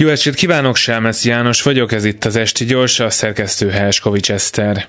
Jó estét kívánok, Selmeci János vagyok, ez itt az Esti Gyors, a szerkesztő Helskovics Eszter.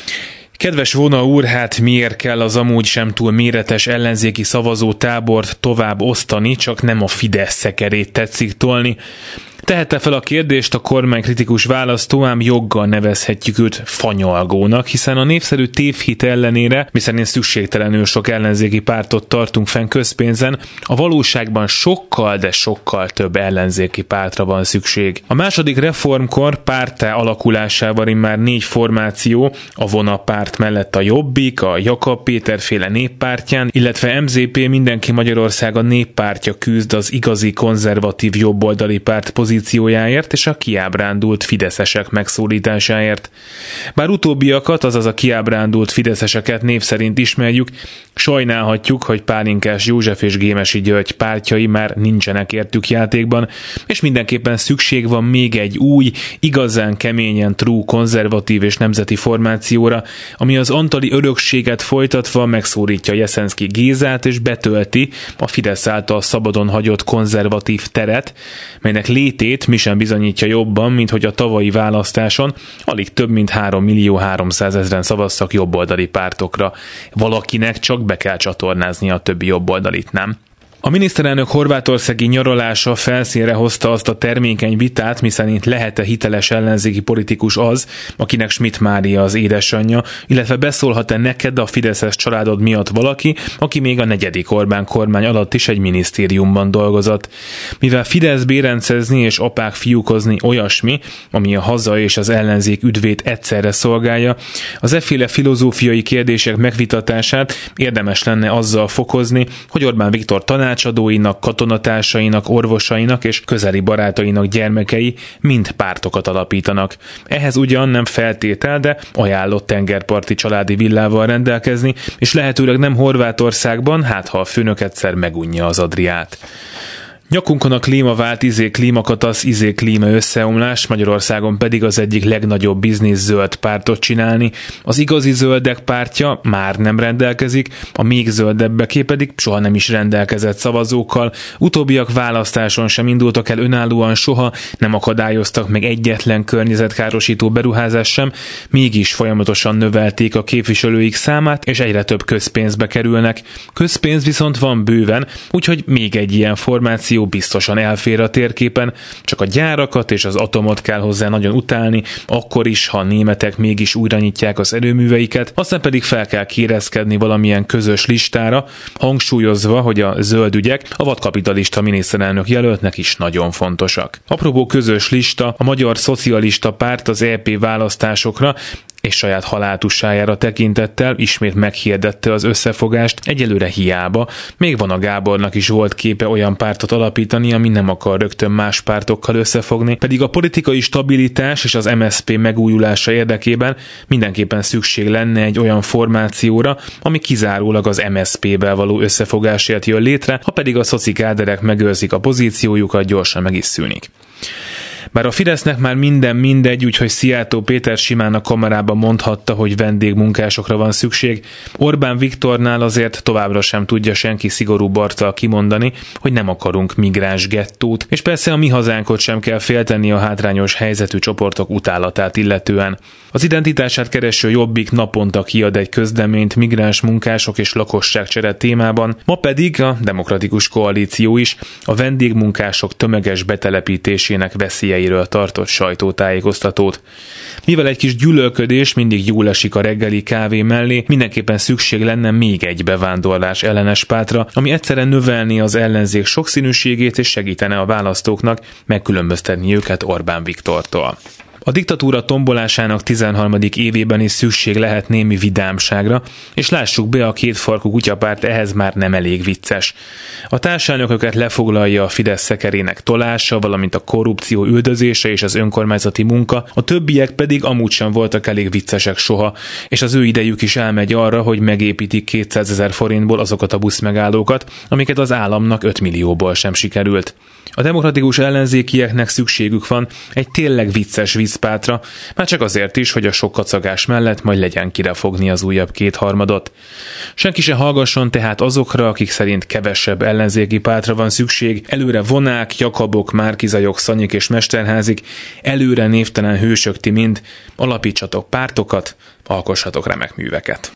Kedves Vona úr, hát miért kell az amúgy sem túl méretes ellenzéki szavazótábort tovább osztani, csak nem a Fidesz szekerét tetszik tolni? Tehette fel a kérdést a kormánykritikus választó, ám joggal nevezhetjük őt fanyalgónak, hiszen a népszerű tévhit ellenére, miszerint szükségtelenül sok ellenzéki pártot tartunk fenn közpénzen, a valóságban sokkal, de sokkal több ellenzéki pártra van szükség. A második reformkor párttá alakulásával immár 4 formáció, a Vona párt mellett a Jobbik, a Jakab Péter féle Néppártján, illetve MZP Mindenki Magyarország a Néppártja küzd az igazi konzervatív jobboldali párt pozíciójáért és a kiábrándult fideszesek megszólításáért. Bár utóbbiakat, azaz a kiábrándult fideszeseket név szerint ismerjük, sajnálhatjuk, hogy Pálinkás József és Gémesi György pártjai már nincsenek értük játékban, és mindenképpen szükség van még egy új, igazán keményen true konzervatív és nemzeti formációra, ami az antali örökséget folytatva megszólítja Jeszenszky Gézát és betölti a Fidesz által szabadon hagyott konzervatív teret, melynek létét mi sem bizonyítja jobban, mint hogy a tavalyi választáson alig több mint 3.300.000 szavaztak jobboldali pártokra. Valakinek csak be kell csatornázni a többi jobboldalit, nem? A miniszterelnök horvátországi nyaralása felszínre hozta azt a termékeny vitát, miszerint lehet-e hiteles ellenzéki politikus az, akinek Schmidt Mária az édesanyja, illetve beszólhat-e neked a fideszes családod miatt valaki, aki még a 4. Orbán kormány alatt is egy minisztériumban dolgozott. Mivel Fidesz bérencezni és apák fiúkozni olyasmi, ami a haza és az ellenzék üdvét egyszerre szolgálja, az efféle filozófiai kérdések megvitatását érdemes lenne azzal fokozni, hogy Orbán Viktor tanácsadóinak, katonatársainak, orvosainak és közeli barátainak gyermekei mind pártokat alapítanak. Ehhez ugyan nem feltétel, de ajánlott tengerparti családi villával rendelkezni, és lehetőleg nem Horvátországban, hát ha a főnök egyszer megunja az Adriát. Nyakunkon a klímavált, klímakatasz, klíma összeomlás, Magyarországon pedig az egyik legnagyobb biznisz zöld pártot csinálni. Az igazi zöldek pártja már nem rendelkezik, a még zöldebbeké pedig soha nem is rendelkezett szavazókkal. Utóbbiak választáson sem indultak el önállóan soha, nem akadályoztak meg egyetlen környezetkárosító beruházás sem, mégis folyamatosan növelték a képviselőik számát, és egyre több közpénzbe kerülnek. Közpénz viszont van bőven, úgyhogy még egy ilyen formáció biztosan elfér a térképen, csak a gyárakat és az atomot kell hozzá nagyon utálni, akkor is, ha a németek mégis újra nyitják az erőműveiket, aztán pedig fel kell kérezkedni valamilyen közös listára, hangsúlyozva, hogy a zöld ügyek a vadkapitalista miniszterelnök jelöltnek is nagyon fontosak. Apropó közös lista, a Magyar Szocialista Párt az EP választásokra és saját haláltussájára tekintettel ismét meghirdette az összefogást, egyelőre hiába. Még van a Gábornak is volt képe olyan pártot alapítani, ami nem akar rögtön más pártokkal összefogni, pedig a politikai stabilitás és az MSZP megújulása érdekében mindenképpen szükség lenne egy olyan formációra, ami kizárólag az MSZP-vel való összefogásért jön létre, ha pedig a szocikáderek megőrzik a pozíciójukat, gyorsan meg is szűnik. Bár a Fidesznek már minden mindegy, úgyhogy Szijjártó Péter simán a kamerában mondhatta, hogy vendégmunkásokra van szükség, Orbán Viktornál azért továbbra sem tudja senki szigorúbb arccal kimondani, hogy nem akarunk migráns gettót, és persze a mi hazánkot sem kell félteni a hátrányos helyzetű csoportok utálatát illetően. Az identitását kereső Jobbik naponta kiad egy közleményt migráns munkások és lakosságcsere témában, ma pedig a Demokratikus Koalíció is a vendégmunkások tömeges betelepítésének veszélyeiről tartott sajtótájékoztatót. Mivel egy kis gyűlölködés mindig jól esik a reggeli kávé mellé, mindenképpen szükség lenne még egy bevándorlás ellenes pártra, ami egyszerre növelné az ellenzék sokszínűségét és segítene a választóknak megkülönböztetni őket Orbán Viktortól. A diktatúra tombolásának 13. évében is szükség lehet némi vidámságra, és lássuk be, a kétfarkú kutyapárt ehhez már nem elég vicces. A társelnököket lefoglalja a Fidesz szekerének tolása, valamint a korrupció üldözése és az önkormányzati munka, a többiek pedig amúgy sem voltak elég viccesek soha, és az ő idejük is elmegy arra, hogy megépítik 200 000 forintból azokat a buszmegállókat, amiket az államnak 5 millióból sem sikerült. A demokratikus ellenzékieknek szükségük van egy tényleg vicces viccpártra, már csak azért is, hogy a sok kacagás mellett majd legyen kire fogni az újabb kétharmadot. Senki se hallgasson tehát azokra, akik szerint kevesebb ellenzéki pártra van szükség, előre Vonák, Jakabok, Márki-Zajok, Szanyik és Mesterházik, előre névtelen hősök ti mind, alapítsatok pártokat, alkossatok remek műveket.